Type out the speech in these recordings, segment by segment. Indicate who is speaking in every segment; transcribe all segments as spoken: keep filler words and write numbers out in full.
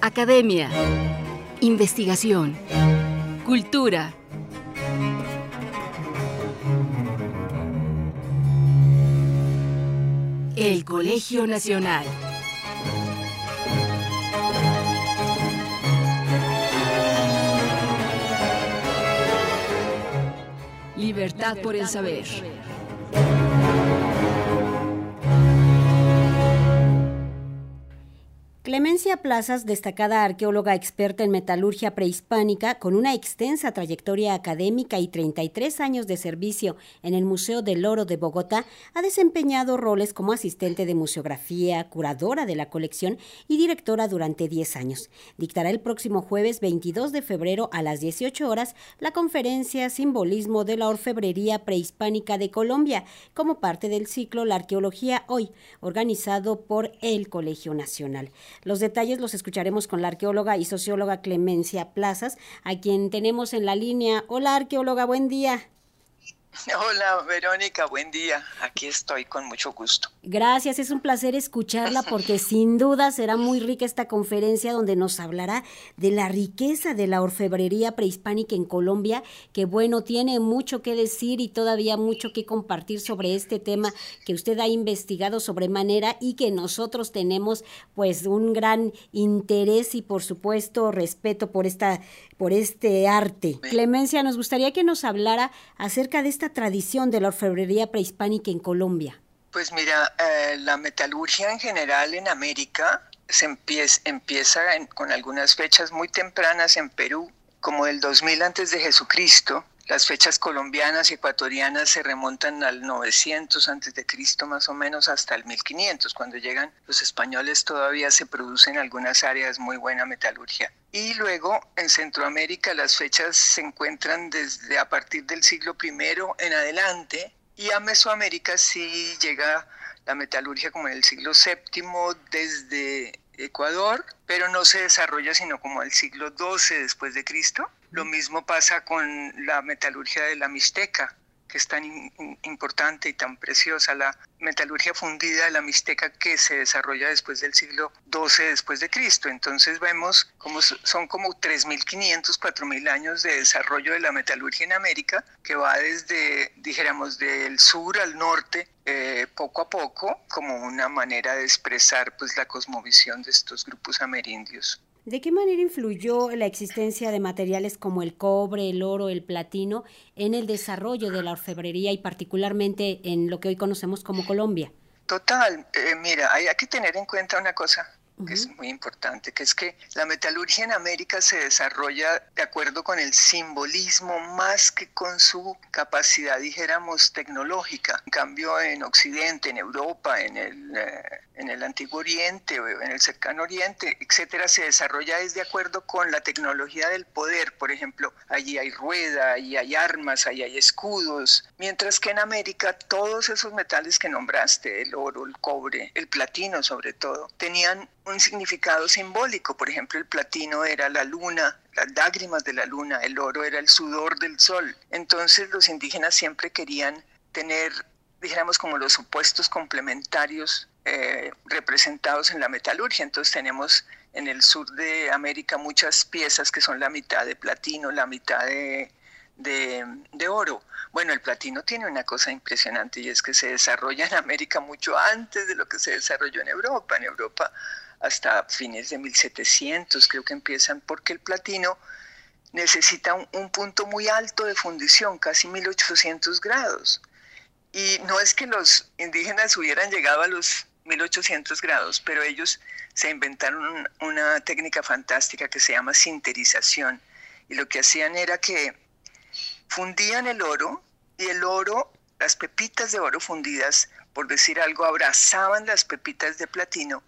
Speaker 1: Academia, investigación, cultura. El Colegio Nacional. Libertad por el saber.
Speaker 2: Clemencia Plazas, destacada arqueóloga experta en metalurgia prehispánica, con una extensa trayectoria académica y treinta y tres años de servicio en el Museo del Oro de Bogotá, ha desempeñado roles como asistente de museografía, curadora de la colección y directora durante diez años. Dictará el próximo jueves veintidós de febrero a las dieciocho horas la conferencia Simbolismo de la Orfebrería Prehispánica de Colombia, como parte del ciclo La Arqueología Hoy, organizado por el Colegio Nacional. Los detalles los escucharemos con la arqueóloga y socióloga Clemencia Plazas, a quien tenemos en la línea. Hola, arqueóloga, buen día.
Speaker 3: Hola, Verónica, buen día. Aquí estoy con mucho gusto.
Speaker 2: Gracias, es un placer escucharla porque sin duda será muy rica esta conferencia donde nos hablará de la riqueza de la orfebrería prehispánica en Colombia, que bueno, tiene mucho que decir y todavía mucho que compartir sobre este tema que usted ha investigado sobremanera y que nosotros tenemos pues un gran interés y por supuesto respeto por esta por este arte. Sí. Clemencia, nos gustaría que nos hablara acerca de esta tradición de la orfebrería prehispánica en Colombia.
Speaker 3: Pues mira, eh, la metalurgia en general en América se empieza, empieza en, con algunas fechas muy tempranas en Perú, como del dos mil antes de Jesucristo. Las fechas colombianas y ecuatorianas se remontan al novecientos antes de Cristo más o menos hasta el mil quinientos. Cuando llegan los españoles todavía se produce en algunas áreas muy buena metalurgia. Y luego en Centroamérica las fechas se encuentran desde a partir del siglo primero en adelante, y a Mesoamérica sí llega la metalurgia como en el siglo séptimo desde Ecuador, pero no se desarrolla sino como el siglo doce después de Cristo. Lo mismo pasa con la metalurgia de la Mixteca, que es tan in, importante y tan preciosa, la metalurgia fundida de la Mixteca, que se desarrolla después del siglo doce después de Cristo. Entonces vemos como son como tres mil quinientos, cuatro mil años de desarrollo de la metalurgia en América, que va desde, dijéramos, del sur al norte, eh, poco a poco, como una manera de expresar pues la cosmovisión de estos grupos amerindios.
Speaker 2: ¿De qué manera influyó la existencia de materiales como el cobre, el oro, el platino en el desarrollo de la orfebrería y particularmente en lo que hoy conocemos como Colombia?
Speaker 3: Total, eh, mira, hay que tener en cuenta una cosa que uh-huh. es muy importante, que es que la metalurgia en América se desarrolla de acuerdo con el simbolismo más que con su capacidad, dijéramos, tecnológica. En cambio, en Occidente, en Europa, en el, eh, en el Antiguo Oriente, en el Cercano Oriente, etcétera, se desarrolla es de acuerdo con la tecnología del poder. Por ejemplo, allí hay rueda, allí hay armas, allí hay escudos, mientras que en América todos esos metales que nombraste, el oro, el cobre, el platino sobre todo, tenían un significado simbólico. Por ejemplo, el platino era la luna, las lágrimas de la luna, el oro era el sudor del sol. Entonces los indígenas siempre querían tener, dijéramos, como los supuestos complementarios eh, representados en la metalurgia. Entonces tenemos en el sur de América muchas piezas que son la mitad de platino, la mitad de, de, de oro. Bueno, el platino tiene una cosa impresionante y es que se desarrolla en América mucho antes de lo que se desarrolló en Europa. En Europa hasta fines de mil setecientos creo que empiezan, porque el platino necesita un, un punto muy alto de fundición, casi mil ochocientos grados. Y no es que los indígenas hubieran llegado a los mil ochocientos grados, pero ellos se inventaron una técnica fantástica que se llama sinterización. Y lo que hacían era que fundían el oro, y el oro, las pepitas de oro fundidas, por decir algo, abrazaban las pepitas de platino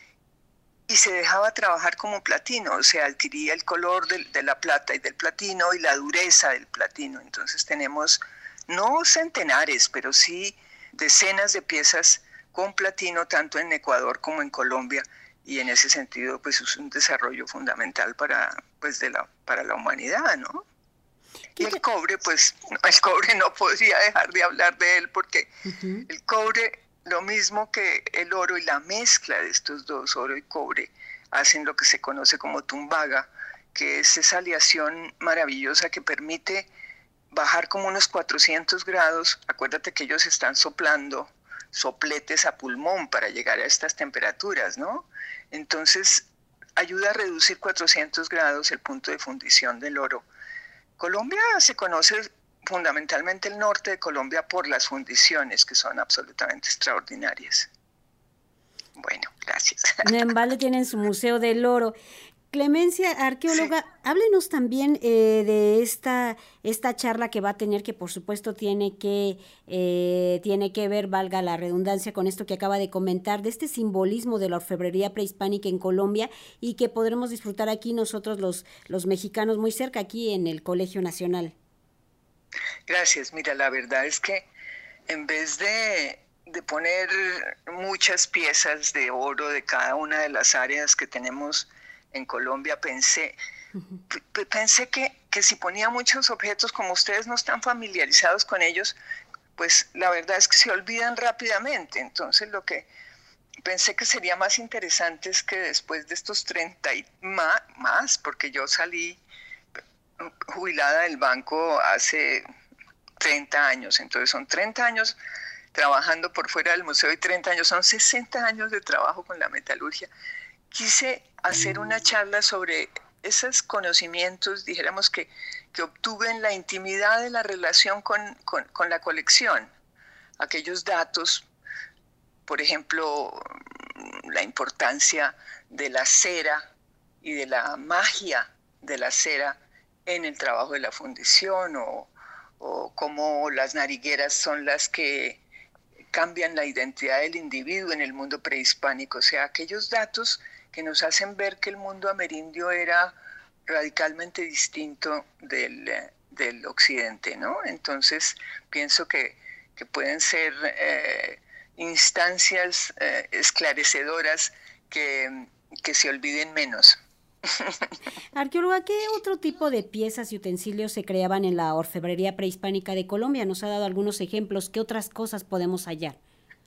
Speaker 3: y se dejaba trabajar como platino, o sea, adquiría el color de, de la plata y del platino y la dureza del platino. Entonces tenemos no centenares, pero sí decenas de piezas con platino, tanto en Ecuador como en Colombia, y en ese sentido pues es un desarrollo fundamental para, pues, de la, para la humanidad, ¿no? Y el cobre, pues, el cobre no podría dejar de hablar de él, porque uh-huh. el cobre, lo mismo que el oro y la mezcla de estos dos, oro y cobre, hacen lo que se conoce como tumbaga, que es esa aleación maravillosa que permite bajar como unos cuatrocientos grados. Acuérdate que ellos están soplando sopletes a pulmón para llegar a estas temperaturas, ¿no? Entonces, ayuda a reducir cuatrocientos grados el punto de fundición del oro. Colombia se conoce fundamentalmente el norte de Colombia por las fundiciones, que son absolutamente extraordinarias. Bueno, gracias.
Speaker 2: En Vale tienen su Museo del Oro. Clemencia, arqueóloga, sí. Háblenos también eh, de esta esta charla que va a tener, que por supuesto tiene que eh, tiene que ver, valga la redundancia, con esto que acaba de comentar, de este simbolismo de la orfebrería prehispánica en Colombia, y que podremos disfrutar aquí nosotros los, los mexicanos muy cerca, aquí en el Colegio Nacional.
Speaker 3: Gracias. Mira, la verdad es que en vez de, de poner muchas piezas de oro de cada una de las áreas que tenemos en Colombia, pensé, uh-huh. pensé que, que si ponía muchos objetos, como ustedes no están familiarizados con ellos, pues la verdad es que se olvidan rápidamente. Entonces lo que pensé que sería más interesante es que después de estos treinta y más, más, porque yo salí jubilada del banco hace treinta años, entonces son treinta años trabajando por fuera del museo y treinta años, son sesenta años de trabajo con la metalurgia. Quise hacer una charla sobre esos conocimientos, dijéramos, que, que obtuve en la intimidad de la relación con, con, con la colección. Aquellos datos, por ejemplo, la importancia de la cera y de la magia de la cera en el trabajo de la fundición, o, o cómo las narigueras son las que cambian la identidad del individuo en el mundo prehispánico. O sea, aquellos datos que nos hacen ver que el mundo amerindio era radicalmente distinto del, del occidente, ¿no? Entonces, pienso que, que pueden ser eh, instancias eh, esclarecedoras que, que se olviden menos.
Speaker 2: Arqueóloga, ¿qué otro tipo de piezas y utensilios se creaban en la orfebrería prehispánica de Colombia? Nos ha dado algunos ejemplos. ¿Qué otras cosas podemos hallar?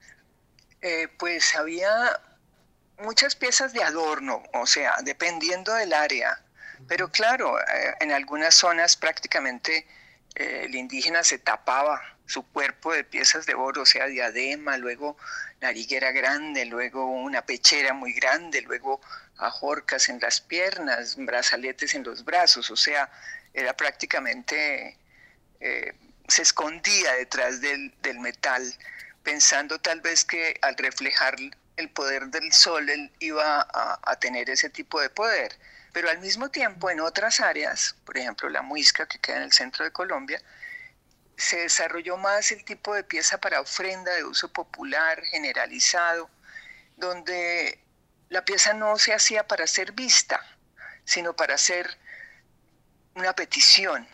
Speaker 3: Eh, pues había muchas piezas de adorno, o sea, dependiendo del área. Pero claro, eh, en algunas zonas prácticamente eh, el indígena se tapaba su cuerpo de piezas de oro, o sea, diadema, luego nariguera grande, luego una pechera muy grande, luego ajorcas en las piernas, brazaletes en los brazos, o sea, era prácticamente, eh, se escondía detrás del, del metal, pensando tal vez que al reflejar el poder del sol él iba a, a tener ese tipo de poder. Pero al mismo tiempo en otras áreas, por ejemplo la Muisca, que queda en el centro de Colombia, se desarrolló más el tipo de pieza para ofrenda de uso popular, generalizado, donde la pieza no se hacía para ser vista, sino para hacer una petición.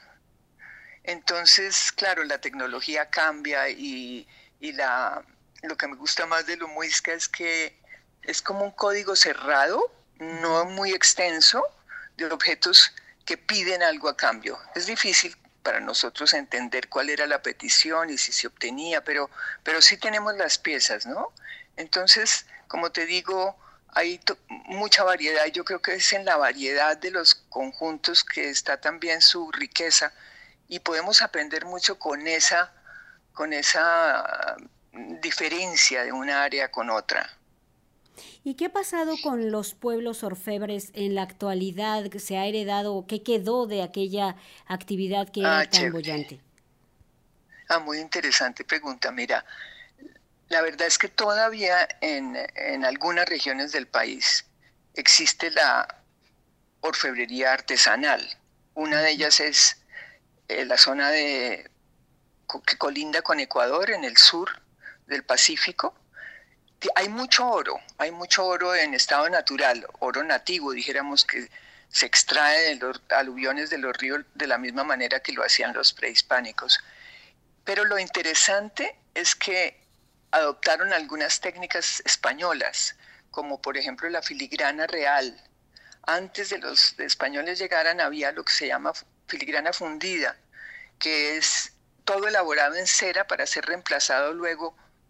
Speaker 3: Entonces, claro, la tecnología cambia y, y la, lo que me gusta más de lo Muisca es que es como un código cerrado, no muy extenso, de objetos que piden algo a cambio. Es difícil para nosotros entender cuál era la petición y si se obtenía, pero, pero sí tenemos las piezas, ¿no? Entonces, como te digo, hay mucha variedad. Yo creo que es en la variedad de los conjuntos que está también su riqueza, y podemos aprender mucho con esa, con esa diferencia de una área con otra.
Speaker 2: ¿Y qué ha pasado con los pueblos orfebres en la actualidad? ¿Se ha heredado? ¿Qué quedó de aquella actividad que era
Speaker 3: ah,
Speaker 2: tan
Speaker 3: chévere.
Speaker 2: boyante?
Speaker 3: Ah, muy interesante pregunta. Mira, la verdad es que todavía en, en algunas regiones del país existe la orfebrería artesanal. Una de ellas es eh, la zona de, que colinda con Ecuador, en el sur del Pacífico. Hay mucho oro, hay mucho oro en estado natural, oro nativo, dijéramos, que se extrae de los aluviones de los ríos de la misma manera que lo hacían los prehispánicos. Pero lo interesante es que adoptaron algunas técnicas españolas, como por ejemplo la filigrana real. Antes de los españoles llegaran había lo que se llama filigrana fundida, que es todo elaborado en cera para ser reemplazado luego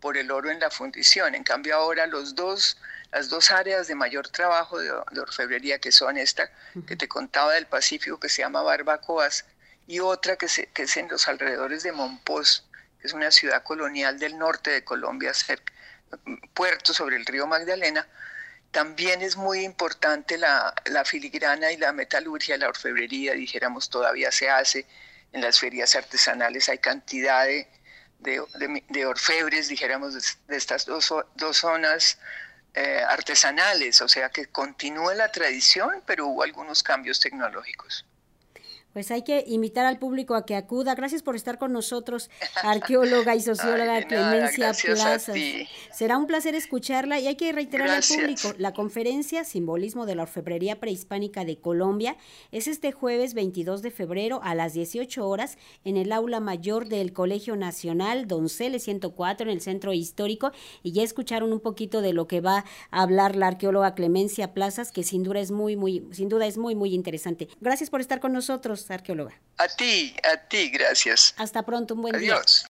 Speaker 3: por el oro en la fundición. En cambio ahora los dos, las dos áreas de mayor trabajo de, de orfebrería, que son esta que te contaba del Pacífico, que se llama Barbacoas, y otra que, se, que es en los alrededores de Mompox, que es una ciudad colonial del norte de Colombia, cerca, puerto sobre el río Magdalena. También es muy importante la, la filigrana y la metalurgia, la orfebrería, dijéramos, todavía se hace. En las ferias artesanales hay cantidad de, de, de, de orfebres, dijéramos, de, de estas dos, dos zonas eh, artesanales, o sea que continúa la tradición, pero hubo algunos cambios tecnológicos.
Speaker 2: Pues hay que invitar al público a que acuda. Gracias por estar con nosotros, arqueóloga y socióloga Ay, Clemencia nada, Plazas. Será un placer escucharla y hay que reiterarle al público. La conferencia Simbolismo de la Orfebrería Prehispánica de Colombia es este jueves veintidós de febrero a las dieciocho horas en el aula mayor del Colegio Nacional Donceles ciento cuatro en el Centro Histórico, y ya escucharon un poquito de lo que va a hablar la arqueóloga Clemencia Plazas, que sin duda es muy, muy, sin duda es muy, muy interesante. Gracias por estar con nosotros, arqueóloga.
Speaker 3: A ti, a ti, gracias.
Speaker 2: Hasta pronto, un buen
Speaker 3: Adiós.
Speaker 2: día.